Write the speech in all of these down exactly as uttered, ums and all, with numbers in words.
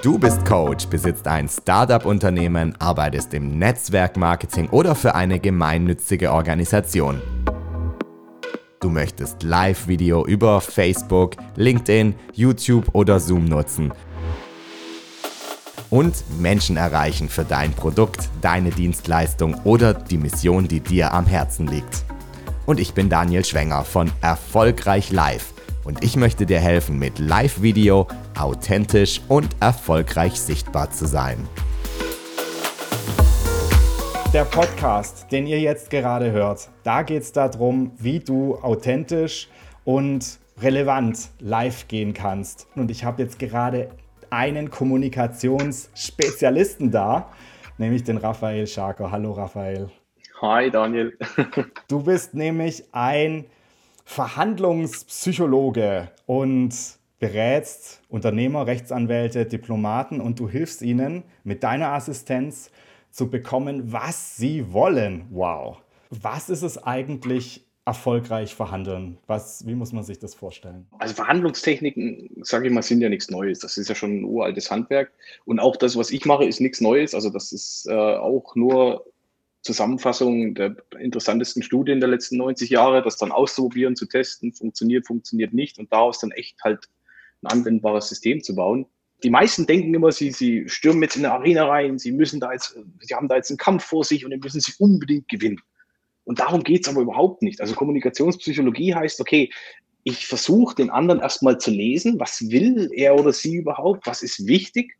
Du bist Coach, besitzt ein Startup-Unternehmen, arbeitest im Netzwerkmarketing oder für eine gemeinnützige Organisation. Du möchtest Live-Video über Facebook, LinkedIn, YouTube oder Zoom nutzen und Menschen erreichen für dein Produkt, deine Dienstleistung oder die Mission, die dir am Herzen liegt. Und ich bin Daniel Schwenger von Erfolgreich Live und ich möchte dir helfen, mit Live-Video authentisch und erfolgreich sichtbar zu sein. Der Podcast, den ihr jetzt gerade hört, da geht es darum, wie du authentisch und relevant live gehen kannst. Und ich habe jetzt gerade einen Kommunikationsspezialisten da, nämlich den Raphael Scharker. Hallo Raphael. Hi Daniel. Du bist nämlich ein Verhandlungspsychologe und berätst Unternehmer, Rechtsanwälte, Diplomaten und du hilfst ihnen mit deiner Assistenz zu bekommen, was sie wollen. Wow. Was ist es eigentlich, erfolgreich verhandeln? Was, wie muss man sich das vorstellen? Also Verhandlungstechniken, sage ich mal, sind ja nichts Neues. Das ist ja schon ein uraltes Handwerk. Und auch das, was ich mache, ist nichts Neues. Also das ist äh, auch nur Zusammenfassung der interessantesten Studien der letzten neunzig Jahre, das dann auszuprobieren, zu testen, funktioniert, funktioniert nicht und daraus dann echt halt ein anwendbares System zu bauen. Die meisten denken immer, sie, sie stürmen jetzt in eine Arena rein, sie müssen da jetzt, sie haben da jetzt einen Kampf vor sich und den müssen sie unbedingt gewinnen. Und darum geht's aber überhaupt nicht. Also Kommunikationspsychologie heißt, okay, ich versuche den anderen erstmal zu lesen, was will er oder sie überhaupt, was ist wichtig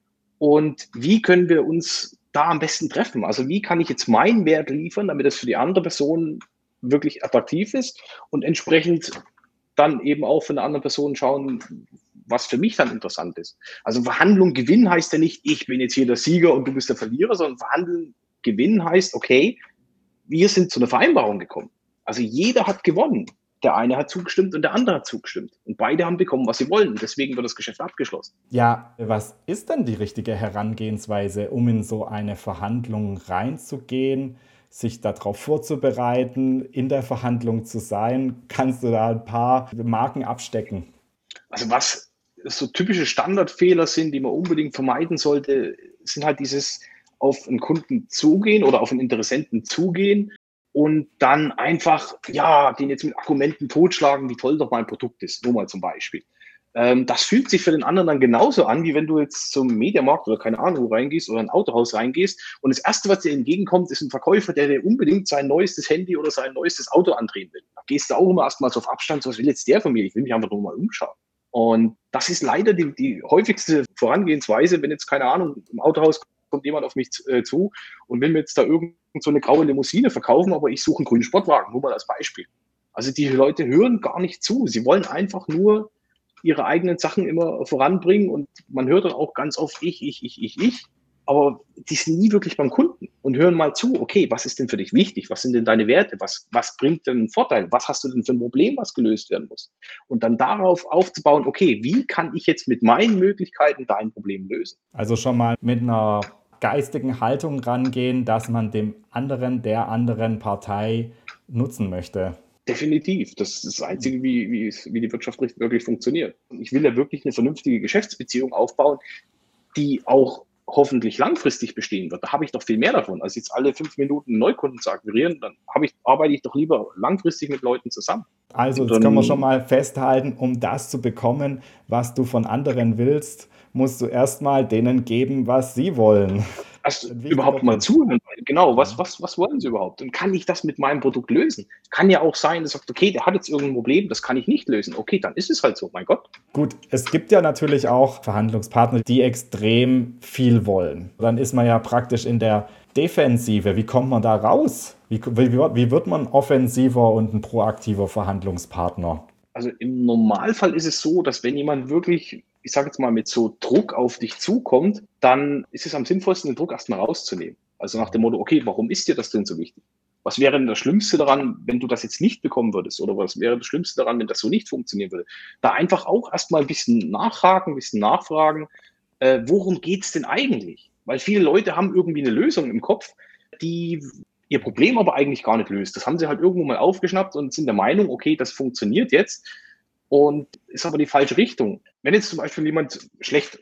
und wie können wir uns da am besten treffen. Also wie kann ich jetzt meinen Wert liefern, damit es für die andere Person wirklich attraktiv ist und entsprechend dann eben auch von der anderen Person schauen, was für mich dann interessant ist. Also Verhandlung gewinnen heißt ja nicht, ich bin jetzt hier der Sieger und du bist der Verlierer, sondern Verhandeln gewinnen heißt, okay, wir sind zu einer Vereinbarung gekommen. Also jeder hat gewonnen. Der eine hat zugestimmt und der andere hat zugestimmt. Und beide haben bekommen, was sie wollen. Und deswegen wird das Geschäft abgeschlossen. Ja, was ist denn die richtige Herangehensweise, um in so eine Verhandlung reinzugehen, sich darauf vorzubereiten, in der Verhandlung zu sein? Kannst du da ein paar Marken abstecken? Also was so typische Standardfehler sind, die man unbedingt vermeiden sollte, sind halt dieses auf einen Kunden zugehen oder auf einen Interessenten zugehen und dann einfach, ja, den jetzt mit Argumenten totschlagen, wie toll doch mein Produkt ist, nur mal zum Beispiel. Ähm, das fühlt sich für den anderen dann genauso an, wie wenn du jetzt zum Mediamarkt oder keine Ahnung wo reingehst oder ein Autohaus reingehst und das Erste, was dir entgegenkommt, ist ein Verkäufer, der dir unbedingt sein neuestes Handy oder sein neuestes Auto andrehen will. Da gehst du auch immer erstmal so auf Abstand, so was will jetzt der von mir? Ich will mich einfach nur mal umschauen. Und das ist leider die, die häufigste Vorangehensweise, wenn jetzt, keine Ahnung, im Autohaus kommt jemand auf mich äh, zu und will mir jetzt da irgend so eine graue Limousine verkaufen, aber ich suche einen grünen Sportwagen, nur mal als Beispiel. Also die Leute hören gar nicht zu. Sie wollen einfach nur ihre eigenen Sachen immer voranbringen und man hört dann auch ganz oft ich, ich, ich, ich, ich. Aber die sind nie wirklich beim Kunden und hören mal zu, okay, was ist denn für dich wichtig? Was sind denn deine Werte? Was, was bringt denn einen Vorteil? Was hast du denn für ein Problem, was gelöst werden muss? Und dann darauf aufzubauen, okay, wie kann ich jetzt mit meinen Möglichkeiten dein Problem lösen? Also schon mal mit einer geistigen Haltung rangehen, dass man dem anderen, der anderen Partei nutzen möchte. Definitiv. Das ist das Einzige, wie, wie, wie die Wirtschaft wirklich funktioniert. Ich will ja wirklich eine vernünftige Geschäftsbeziehung aufbauen, die auch hoffentlich langfristig bestehen wird. Da habe ich doch viel mehr davon, als jetzt alle fünf Minuten einen Neukunden zu akquirieren. Dann habe ich, arbeite ich doch lieber langfristig mit Leuten zusammen. Also jetzt können wir schon mal festhalten, um das zu bekommen, was du von anderen willst, musst du erstmal denen geben, was sie wollen. Also überhaupt mal zuhören. Genau, was, was, was wollen sie überhaupt? Und kann ich das mit meinem Produkt lösen? Kann ja auch sein, dass sagt, okay, der hat jetzt irgendein Problem, das kann ich nicht lösen. Okay, dann ist es halt so, mein Gott. Gut, es gibt ja natürlich auch Verhandlungspartner, die extrem viel wollen. Dann ist man ja praktisch in der Defensive. Wie kommt man da raus? Wie, wie, wie wird man offensiver und ein proaktiver Verhandlungspartner? Also im Normalfall ist es so, dass wenn jemand wirklich, ich sage jetzt mal, mit so Druck auf dich zukommt, dann ist es am sinnvollsten, den Druck erstmal rauszunehmen. Also nach dem Motto, okay, warum ist dir das denn so wichtig? Was wäre denn das Schlimmste daran, wenn du das jetzt nicht bekommen würdest? Oder was wäre das Schlimmste daran, wenn das so nicht funktionieren würde? Da einfach auch erstmal ein bisschen nachhaken, ein bisschen nachfragen, äh, worum geht's denn eigentlich? Weil viele Leute haben irgendwie eine Lösung im Kopf, die ihr Problem aber eigentlich gar nicht löst. Das haben sie halt irgendwo mal aufgeschnappt und sind der Meinung, okay, das funktioniert jetzt und ist aber die falsche Richtung. Wenn jetzt zum Beispiel jemand schlecht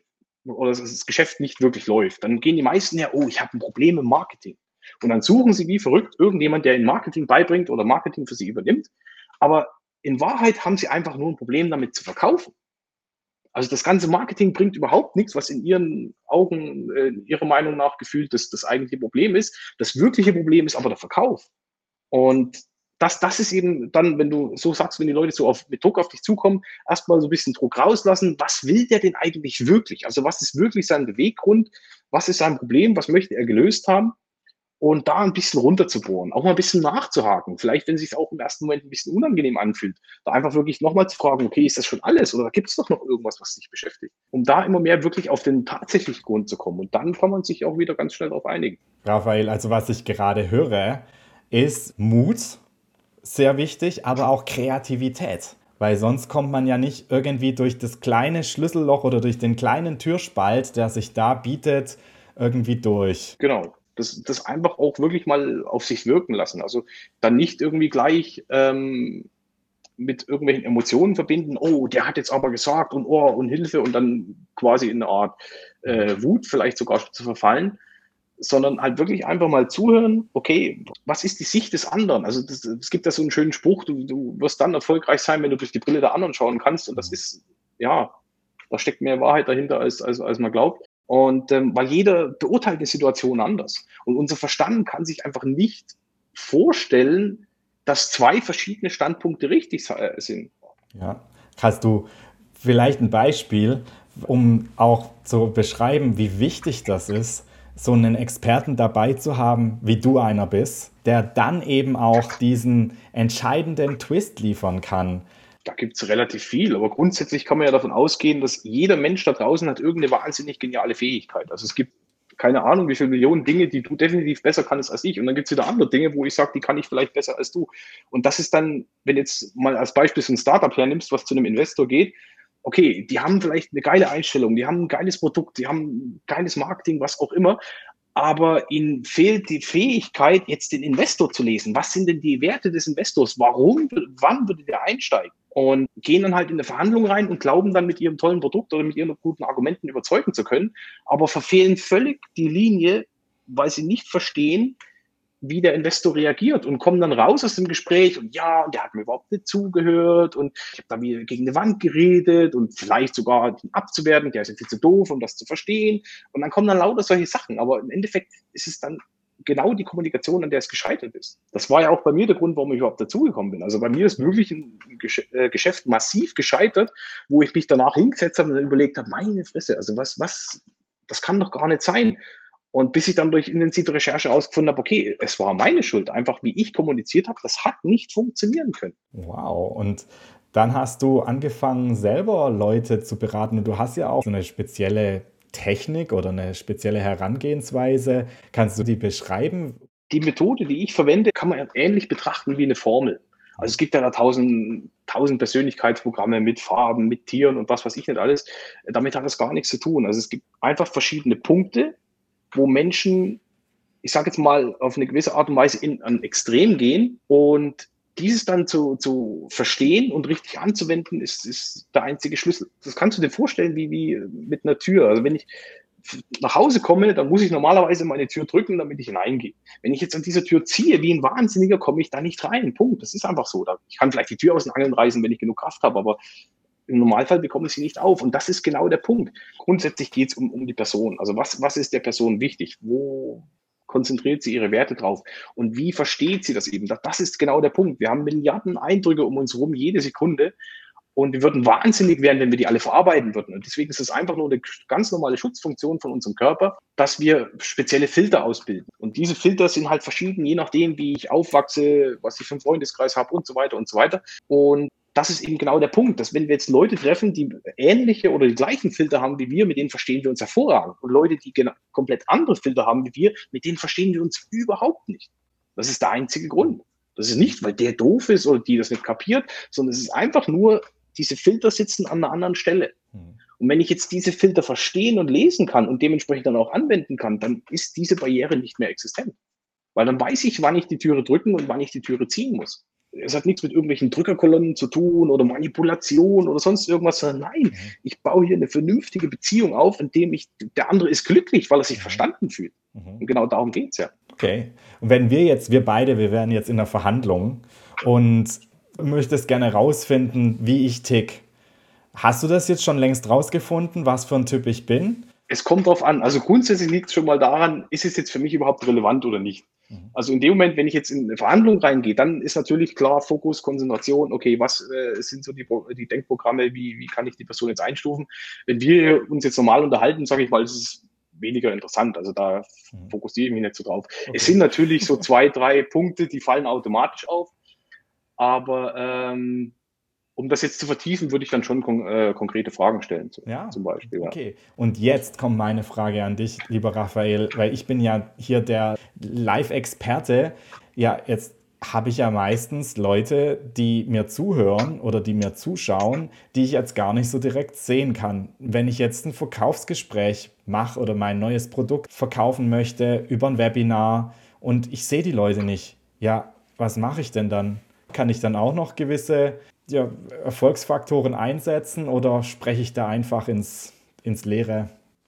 oder das Geschäft nicht wirklich läuft, dann gehen die meisten her, oh, ich habe ein Problem im Marketing. Und dann suchen sie wie verrückt irgendjemand, der ihnen Marketing beibringt oder Marketing für sie übernimmt. Aber in Wahrheit haben sie einfach nur ein Problem damit zu verkaufen. Also das ganze Marketing bringt überhaupt nichts, was in ihren Augen, äh, ihrer Meinung nach gefühlt das, das eigentliche Problem ist. Das wirkliche Problem ist aber der Verkauf. Und das, das ist eben dann, wenn du so sagst, wenn die Leute so auf, mit Druck auf dich zukommen, erstmal so ein bisschen Druck rauslassen. Was will der denn eigentlich wirklich? Also was ist wirklich sein Beweggrund? Was ist sein Problem? Was möchte er gelöst haben? Und da ein bisschen runterzubohren, auch mal ein bisschen nachzuhaken. Vielleicht, wenn es sich auch im ersten Moment ein bisschen unangenehm anfühlt, da einfach wirklich nochmal zu fragen, okay, ist das schon alles oder gibt es doch noch irgendwas, was dich beschäftigt? Um da immer mehr wirklich auf den tatsächlichen Grund zu kommen. Und dann kann man sich auch wieder ganz schnell darauf einigen. Raphael, also was ich gerade höre, ist Mut, sehr wichtig, aber auch Kreativität. Weil sonst kommt man ja nicht irgendwie durch das kleine Schlüsselloch oder durch den kleinen Türspalt, der sich da bietet, irgendwie durch. Genau. Das, das einfach auch wirklich mal auf sich wirken lassen. Also dann nicht irgendwie gleich ähm, mit irgendwelchen Emotionen verbinden, oh, der hat jetzt aber gesagt und oh, und Hilfe und dann quasi in eine Art äh, Wut vielleicht sogar zu verfallen, sondern halt wirklich einfach mal zuhören, okay, was ist die Sicht des anderen? Also das, es gibt da so einen schönen Spruch, du, du wirst dann erfolgreich sein, wenn du durch die Brille der anderen schauen kannst und das ist, ja, da steckt mehr Wahrheit dahinter, als, als, als man glaubt. Und ähm, weil jeder beurteilt die Situation anders. Und unser Verstand kann sich einfach nicht vorstellen, dass zwei verschiedene Standpunkte richtig sind. Ja, hast du vielleicht ein Beispiel, um auch zu beschreiben, wie wichtig das ist, so einen Experten dabei zu haben, wie du einer bist, der dann eben auch diesen entscheidenden Twist liefern kann? Da gibt es relativ viel, aber grundsätzlich kann man ja davon ausgehen, dass jeder Mensch da draußen hat irgendeine wahnsinnig geniale Fähigkeit. Also es gibt keine Ahnung, wie viele Millionen Dinge, die du definitiv besser kannst als ich. Und dann gibt es wieder andere Dinge, wo ich sage, die kann ich vielleicht besser als du. Und das ist dann, wenn jetzt mal als Beispiel so ein Startup hernimmst, was zu einem Investor geht, okay, die haben vielleicht eine geile Einstellung, die haben ein geiles Produkt, die haben ein geiles Marketing, was auch immer. Aber ihnen fehlt die Fähigkeit, jetzt den Investor zu lesen. Was sind denn die Werte des Investors? Warum, wann würde der einsteigen? Und gehen dann halt in eine Verhandlung rein und glauben dann mit ihrem tollen Produkt oder mit ihren guten Argumenten überzeugen zu können, aber verfehlen völlig die Linie, weil sie nicht verstehen, wie der Investor reagiert und kommen dann raus aus dem Gespräch und ja, und der hat mir überhaupt nicht zugehört und ich habe da wieder gegen eine Wand geredet und vielleicht sogar ihn abzuwerten, der ist ja viel zu doof, um das zu verstehen. Und dann kommen dann lauter solche Sachen, aber im Endeffekt ist es dann genau die Kommunikation, an der es gescheitert ist. Das war ja auch bei mir der Grund, warum ich überhaupt dazugekommen bin. Also bei mir ist wirklich ein Geschäft massiv gescheitert, wo ich mich danach hingesetzt habe und dann überlegt habe, meine Fresse, also was, was, das kann doch gar nicht sein. Und bis ich dann durch intensive Recherche herausgefunden habe, okay, es war meine Schuld, einfach wie ich kommuniziert habe, das hat nicht funktionieren können. Wow, und dann hast du angefangen, selber Leute zu beraten und du hast ja auch so eine spezielle Technik oder eine spezielle Herangehensweise. Kannst du die beschreiben? Die Methode, die ich verwende, kann man ähnlich betrachten wie eine Formel. Also es gibt ja da tausend, tausend Persönlichkeitsprogramme mit Farben, mit Tieren und was weiß ich nicht alles. Damit hat das gar nichts zu tun. Also es gibt einfach verschiedene Punkte, wo Menschen, ich sage jetzt mal, auf eine gewisse Art und Weise in ein Extrem gehen und dieses dann zu, zu verstehen und richtig anzuwenden, ist, ist der einzige Schlüssel. Das kannst du dir vorstellen wie, wie mit einer Tür. Also wenn ich nach Hause komme, dann muss ich normalerweise meine Tür drücken, damit ich hineingehe. Wenn ich jetzt an dieser Tür ziehe, wie ein Wahnsinniger, komme ich da nicht rein. Punkt. Das ist einfach so. Ich kann vielleicht die Tür aus den Angeln reißen, wenn ich genug Kraft habe, aber im Normalfall bekomme ich sie nicht auf. Und das ist genau der Punkt. Grundsätzlich geht es um, um die Person. Also was, was ist der Person wichtig? Wo konzentriert sie ihre Werte drauf? Und wie versteht sie das eben? Das, das ist genau der Punkt. Wir haben Milliarden Eindrücke um uns herum, jede Sekunde. Und wir würden wahnsinnig werden, wenn wir die alle verarbeiten würden. Und deswegen ist es einfach nur eine ganz normale Schutzfunktion von unserem Körper, dass wir spezielle Filter ausbilden. Und diese Filter sind halt verschieden, je nachdem, wie ich aufwachse, was ich für einen Freundeskreis habe und so weiter und so weiter. Und das ist eben genau der Punkt, dass wenn wir jetzt Leute treffen, die ähnliche oder die gleichen Filter haben wie wir, mit denen verstehen wir uns hervorragend. Und Leute, die genau, komplett andere Filter haben wie wir, mit denen verstehen wir uns überhaupt nicht. Das ist der einzige Grund. Das ist nicht, weil der doof ist oder die das nicht kapiert, sondern es ist einfach nur, diese Filter sitzen an einer anderen Stelle. Mhm. Und wenn ich jetzt diese Filter verstehen und lesen kann und dementsprechend dann auch anwenden kann, dann ist diese Barriere nicht mehr existent. Weil dann weiß ich, wann ich die Türe drücken und wann ich die Türe ziehen muss. es hat nichts mit irgendwelchen Drückerkolonnen zu tun oder Manipulation oder sonst irgendwas, sondern nein, Mhm. ich baue hier eine vernünftige Beziehung auf, indem ich, der andere ist glücklich, weil er sich Mhm. verstanden fühlt. Mhm. Und genau darum geht es ja. Okay. Und wenn wir jetzt, wir beide, wir wären jetzt in der Verhandlung und möchtest gerne rausfinden, wie ich tick. Hast du das jetzt schon längst rausgefunden, was für ein Typ ich bin? Es kommt drauf an. Also grundsätzlich liegt es schon mal daran, ist es jetzt für mich überhaupt relevant oder nicht? Mhm. Also in dem Moment, wenn ich jetzt in eine Verhandlung reingehe, dann ist natürlich klar Fokus, Konzentration, okay, was äh, sind so die, die Denkprogramme, wie, wie kann ich die Person jetzt einstufen? Wenn wir uns jetzt normal unterhalten, sage ich mal, das ist weniger interessant. Also da Mhm. fokussiere ich mich nicht so drauf. Okay. Es sind natürlich so zwei, drei Punkte, die fallen automatisch auf. Aber ähm, um das jetzt zu vertiefen, würde ich dann schon kon äh, konkrete Fragen stellen, zu, Ja, zum Beispiel. Ja. okay. Und jetzt kommt meine Frage an dich, lieber Raphael, weil ich bin ja hier der Live-Experte. Ja, jetzt habe ich ja meistens Leute, die mir zuhören oder die mir zuschauen, die ich jetzt gar nicht so direkt sehen kann. Wenn ich jetzt ein Verkaufsgespräch mache oder mein neues Produkt verkaufen möchte über ein Webinar und ich sehe die Leute nicht, ja, was mache ich denn dann? Kann ich dann auch noch gewisse ja, Erfolgsfaktoren einsetzen oder spreche ich da einfach ins, ins Leere?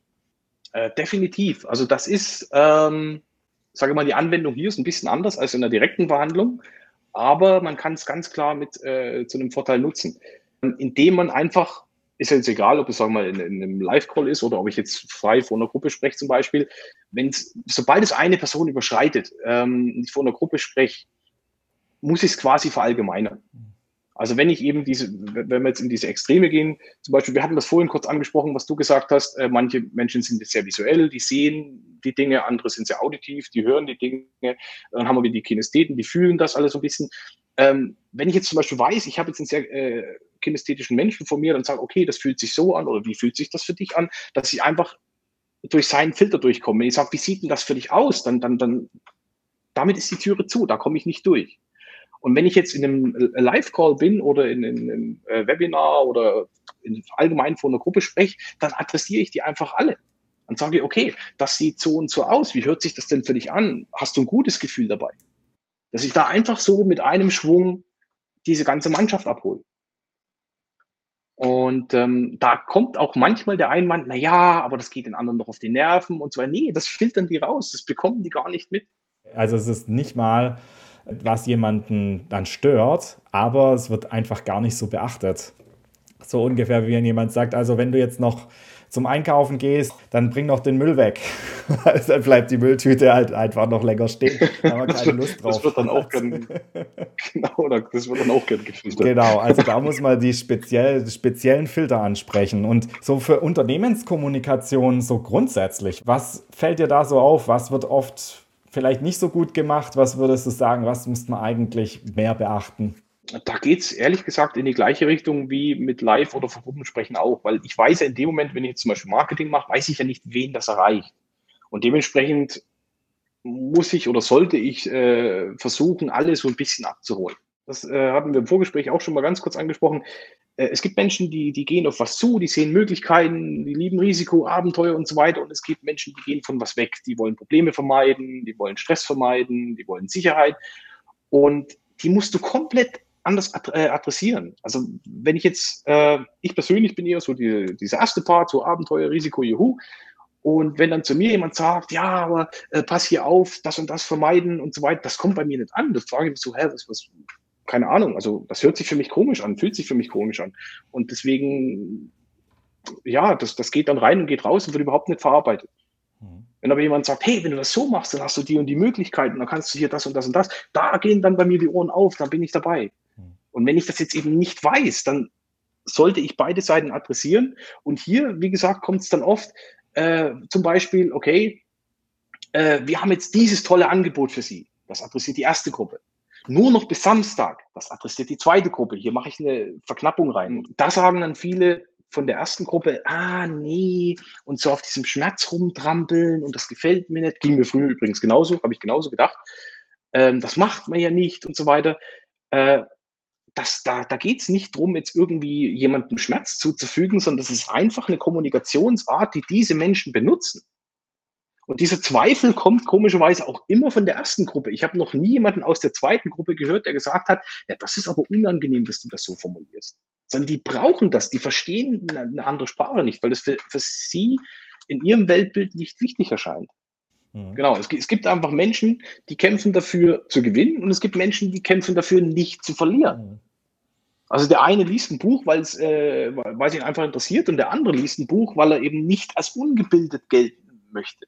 Äh, definitiv. Also das ist, ähm, sage mal, die Anwendung hier ist ein bisschen anders als in der direkten Verhandlung, aber man kann es ganz klar mit äh, zu einem Vorteil nutzen, indem man einfach, ist ja jetzt egal, ob es sagen wir mal in, in einem Live-Call ist oder ob ich jetzt frei vor einer Gruppe spreche zum Beispiel, wenn's, sobald es eine Person überschreitet, ähm, ich vor einer Gruppe spreche, muss ich es quasi verallgemeinern. Also wenn ich eben diese, wenn wir jetzt in diese Extreme gehen, zum Beispiel, wir hatten das vorhin kurz angesprochen, was du gesagt hast, äh, manche Menschen sind sehr visuell, die sehen die Dinge, andere sind sehr auditiv, die hören die Dinge, dann haben wir die Kinestheten, die fühlen das alles so ein bisschen. Ähm, wenn ich jetzt zum Beispiel weiß, ich habe jetzt einen sehr äh, kinesthetischen Menschen vor mir, dann sage okay, das fühlt sich so an oder wie fühlt sich das für dich an, dass ich einfach durch seinen Filter durchkomme. Wenn ich sage, wie sieht denn das für dich aus, dann, dann, dann, damit ist die Türe zu, da komme ich nicht durch. Und wenn ich jetzt in einem Live-Call bin oder in, in einem Webinar oder in allgemein vor einer Gruppe spreche, dann adressiere ich die einfach alle. Dann sage ich, okay, das sieht so und so aus. Wie hört sich das denn für dich an? Hast du ein gutes Gefühl dabei? Dass ich da einfach so mit einem Schwung diese ganze Mannschaft abhole. Und ähm, da kommt auch manchmal der Einwand, na ja, aber das geht den anderen doch auf die Nerven und so weiter. Nee, das filtern die raus. Das bekommen die gar nicht mit. Also es ist nicht mal, was jemanden dann stört, aber es wird einfach gar nicht so beachtet. So ungefähr, wie wenn jemand sagt, also wenn du jetzt noch zum Einkaufen gehst, dann bring noch den Müll weg. Also dann bleibt die Mülltüte halt einfach noch länger stehen, wenn man keine Lust drauf Das wird dann auch hat. gern, genau, das wird dann auch gern gefiltert. Genau, also da muss man die speziell, speziellen Filter ansprechen. Und so für Unternehmenskommunikation so grundsätzlich, was fällt dir da so auf? Was wird oft vielleicht nicht so gut gemacht? Was würdest du sagen, was müsste man eigentlich mehr beachten? Da geht es ehrlich gesagt in die gleiche Richtung wie mit Live- oder Gruppensprechen auch, weil ich weiß ja in dem Moment, wenn ich jetzt zum Beispiel Marketing mache, weiß ich ja nicht, wen das erreicht. Und dementsprechend muss ich oder sollte ich äh, versuchen, alle so ein bisschen abzuholen. Das äh, hatten wir im Vorgespräch auch schon mal ganz kurz angesprochen. Äh, es gibt Menschen, die, die gehen auf was zu, die sehen Möglichkeiten, die lieben Risiko, Abenteuer und so weiter. Und es gibt Menschen, die gehen von was weg. Die wollen Probleme vermeiden, die wollen Stress vermeiden, die wollen Sicherheit. Und die musst du komplett anders adressieren. Also wenn ich jetzt, äh, ich persönlich bin eher so die, dieser erste Part, so Abenteuer, Risiko, Juhu. Und wenn dann zu mir jemand sagt, ja, aber äh, pass hier auf, das und das vermeiden und so weiter, das kommt bei mir nicht an. Das frage ich mich so, hä, was, was, keine Ahnung. Also das hört sich für mich komisch an, fühlt sich für mich komisch an. Und deswegen, ja, das, das geht dann rein und geht raus und wird überhaupt nicht verarbeitet. Wenn aber jemand sagt, hey, wenn du das so machst, dann hast du die und die Möglichkeiten, dann kannst du hier das und das und das, da gehen dann bei mir die Ohren auf, dann bin ich dabei. Und wenn ich das jetzt eben nicht weiß, dann sollte ich beide Seiten adressieren. Und hier, wie gesagt, kommt es dann oft äh, zum Beispiel, okay, äh, wir haben jetzt dieses tolle Angebot für Sie. Das adressiert die erste Gruppe. Nur noch bis Samstag. Das adressiert die zweite Gruppe. Hier mache ich eine Verknappung rein. Da sagen dann viele von der ersten Gruppe, ah, nee, und so auf diesem Schmerz rumtrampeln und das gefällt mir nicht. Ging mir früher übrigens genauso, habe ich genauso gedacht. Ähm, das macht man ja nicht und so weiter. Äh, Das, da da geht es nicht darum, jetzt irgendwie jemandem Schmerz zuzufügen, sondern das ist einfach eine Kommunikationsart, die diese Menschen benutzen. Und dieser Zweifel kommt komischerweise auch immer von der ersten Gruppe. Ich habe noch nie jemanden aus der zweiten Gruppe gehört, der gesagt hat, ja, das ist aber unangenehm, dass du das so formulierst. Sondern die brauchen das, die verstehen eine, eine andere Sprache nicht, weil das für, für sie in ihrem Weltbild nicht wichtig erscheint. Mhm. Genau, es, es gibt einfach Menschen, die kämpfen dafür zu gewinnen und es gibt Menschen, die kämpfen dafür nicht zu verlieren. Mhm. Also der eine liest ein Buch, weil es äh, weil es ihn einfach interessiert und der andere liest ein Buch, weil er eben nicht als ungebildet gelten möchte.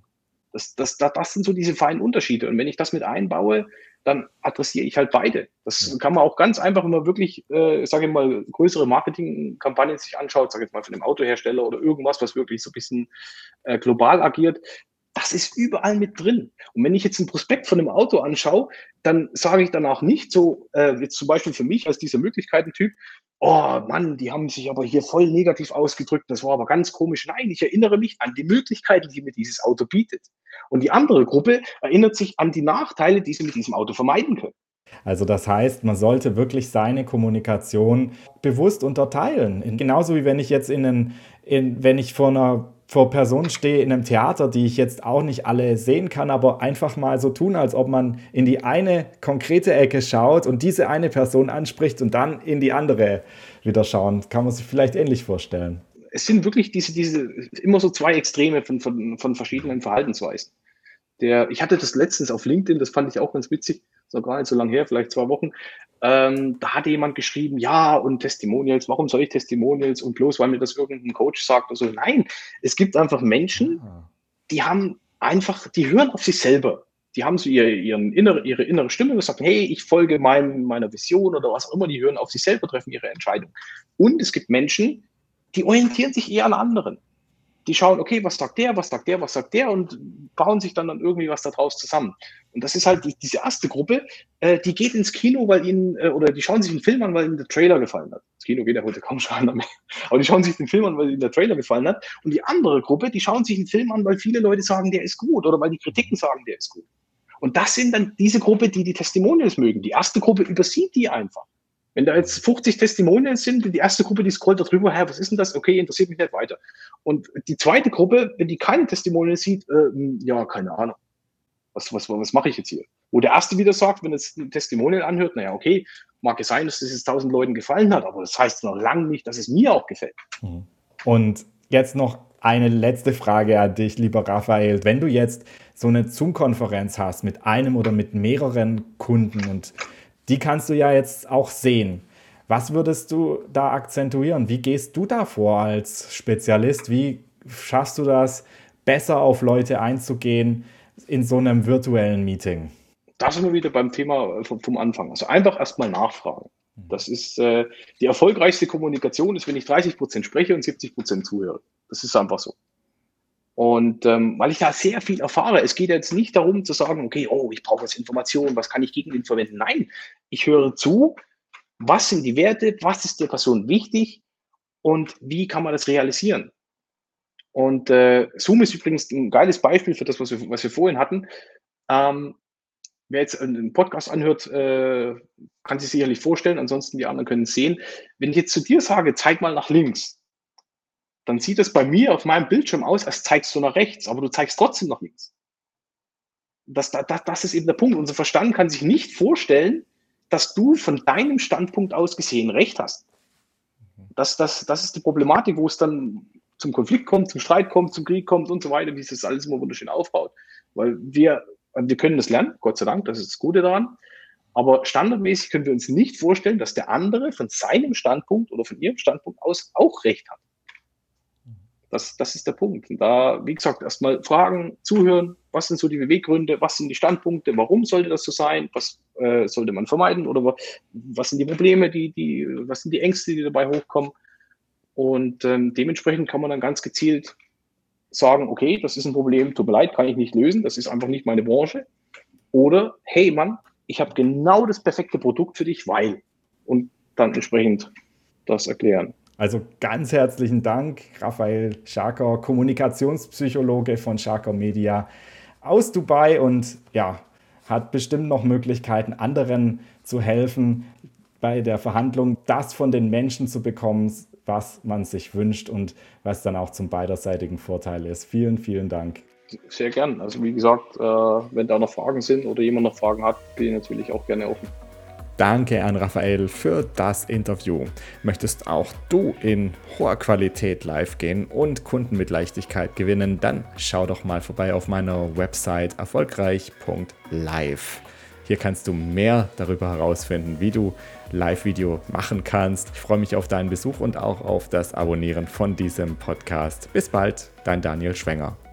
Das, das, das, das sind so diese feinen Unterschiede. Und wenn ich das mit einbaue, dann adressiere ich halt beide. Das kann man auch ganz einfach, wenn man wirklich, äh, sage ich mal, größere Marketingkampagnen sich anschaut, sage ich jetzt mal von einem Autohersteller oder irgendwas, was wirklich so ein bisschen äh, global agiert. Das ist überall mit drin. Und wenn ich jetzt ein Prospekt von einem Auto anschaue, dann sage ich danach nicht so, äh, jetzt zum Beispiel für mich als dieser Möglichkeiten-Typ, oh Mann, die haben sich aber hier voll negativ ausgedrückt, das war aber ganz komisch. Nein, ich erinnere mich an die Möglichkeiten, die mir dieses Auto bietet. Und die andere Gruppe erinnert sich an die Nachteile, die sie mit diesem Auto vermeiden können. Also das heißt, man sollte wirklich seine Kommunikation bewusst unterteilen. Genauso wie wenn ich jetzt in einen, in, wenn ich vor einer vor Personen stehe in einem Theater, die ich jetzt auch nicht alle sehen kann, aber einfach mal so tun, als ob man in die eine konkrete Ecke schaut und diese eine Person anspricht und dann in die andere wieder schauen. Kann man sich vielleicht ähnlich vorstellen. Es sind wirklich diese, diese immer so zwei Extreme von, von, von verschiedenen Verhaltensweisen. Der, ich hatte das letztens auf LinkedIn, das fand ich auch ganz witzig, ist noch gar nicht so lange her, vielleicht zwei Wochen. Ähm, da hatte jemand geschrieben, ja, und Testimonials, warum soll ich Testimonials und bloß, weil mir das irgendein Coach sagt oder so. Nein, es gibt einfach Menschen, die haben einfach, die hören auf sich selber. Die haben so ihre, ihren innere, ihre innere Stimme und sagen, hey, ich folge mein, meiner Vision oder was auch immer, die hören auf sich selber, treffen ihre Entscheidung. Und es gibt Menschen, die orientieren sich eher an anderen. Die schauen, okay, was sagt der, was sagt der, was sagt der und bauen sich dann, dann irgendwie was daraus zusammen. Und das ist halt die, diese erste Gruppe, äh, die geht ins Kino, weil ihnen, äh, oder die schauen sich einen Film an, weil ihnen der Trailer gefallen hat. Das Kino geht ja heute kaum schon mehr. Aber die schauen sich den Film an, weil ihnen der Trailer gefallen hat. Und die andere Gruppe, die schauen sich einen Film an, weil viele Leute sagen, der ist gut oder weil die Kritiken sagen, der ist gut. Und das sind dann diese Gruppe, die die Testimonials mögen. Die erste Gruppe übersieht die einfach. Wenn da jetzt fünfzig Testimonials sind, die erste Gruppe, die scrollt da drüber, hä, was ist denn das? Okay, interessiert mich nicht weiter. Und die zweite Gruppe, wenn die keine Testimonials sieht, äh, ja, keine Ahnung. Was, was, was mache ich jetzt hier? Wo der erste wieder sagt, wenn es ein Testimonial anhört, naja, okay, mag es sein, dass das jetzt tausend Leuten gefallen hat, aber das heißt noch lange nicht, dass es mir auch gefällt. Und jetzt noch eine letzte Frage an dich, lieber Raphael. Wenn du jetzt so eine Zoom-Konferenz hast mit einem oder mit mehreren Kunden und die kannst du ja jetzt auch sehen. Was würdest du da akzentuieren? Wie gehst du da vor als Spezialist? Wie schaffst du das, besser auf Leute einzugehen in so einem virtuellen Meeting? Da sind wir wieder beim Thema vom, vom Anfang. Also einfach erstmal nachfragen. Das ist äh, die erfolgreichste Kommunikation, ist, wenn ich dreißig Prozent spreche und siebzig Prozent zuhöre. Das ist einfach so. Und ähm, weil ich da sehr viel erfahre, es geht jetzt nicht darum zu sagen, okay, oh, ich brauche jetzt Informationen, was kann ich gegen ihn verwenden? Nein, ich höre zu, was sind die Werte, was ist der Person wichtig und wie kann man das realisieren? Und äh, Zoom ist übrigens ein geiles Beispiel für das, was wir, was wir vorhin hatten. Ähm, wer jetzt einen Podcast anhört, äh, kann sich sicherlich vorstellen, ansonsten die anderen können es sehen. Wenn ich jetzt zu dir sage, zeig mal nach links, dann sieht es bei mir auf meinem Bildschirm aus, als zeigst du nach rechts, aber du zeigst trotzdem nach links. Das, das, das ist eben der Punkt. Unser Verstand kann sich nicht vorstellen, dass du von deinem Standpunkt aus gesehen recht hast. Das, das, das ist die Problematik, wo es dann zum Konflikt kommt, zum Streit kommt, zum Krieg kommt und so weiter, wie sich das alles immer wunderschön aufbaut. Weil wir, wir können das lernen, Gott sei Dank, das ist das Gute daran. Aber standardmäßig können wir uns nicht vorstellen, dass der andere von seinem Standpunkt oder von ihrem Standpunkt aus auch recht hat. Das, das ist der Punkt. Und da, wie gesagt, erstmal fragen, zuhören, was sind so die Beweggründe, was sind die Standpunkte, warum sollte das so sein, was äh, sollte man vermeiden oder was sind die Probleme, die, die, was sind die Ängste, die dabei hochkommen. Und ähm, dementsprechend kann man dann ganz gezielt sagen, okay, das ist ein Problem, tut mir leid, kann ich nicht lösen, das ist einfach nicht meine Branche. Oder, hey Mann, ich habe genau das perfekte Produkt für dich, weil. Und dann entsprechend das erklären. Also ganz herzlichen Dank, Raphael Scharker, Kommunikationspsychologe von Scharker Media aus Dubai und ja, hat bestimmt noch Möglichkeiten, anderen zu helfen, bei der Verhandlung das von den Menschen zu bekommen, was man sich wünscht und was dann auch zum beiderseitigen Vorteil ist. Vielen, vielen Dank. Sehr gern. Also wie gesagt, äh, wenn da noch Fragen sind oder jemand noch Fragen hat, bin ich natürlich auch gerne offen. Danke an Raphael für das Interview. Möchtest auch du in hoher Qualität live gehen und Kunden mit Leichtigkeit gewinnen, dann schau doch mal vorbei auf meiner Website erfolgreich punkt live. Hier kannst du mehr darüber herausfinden, wie du Live-Video machen kannst. Ich freue mich auf deinen Besuch und auch auf das Abonnieren von diesem Podcast. Bis bald, dein Daniel Schwenger.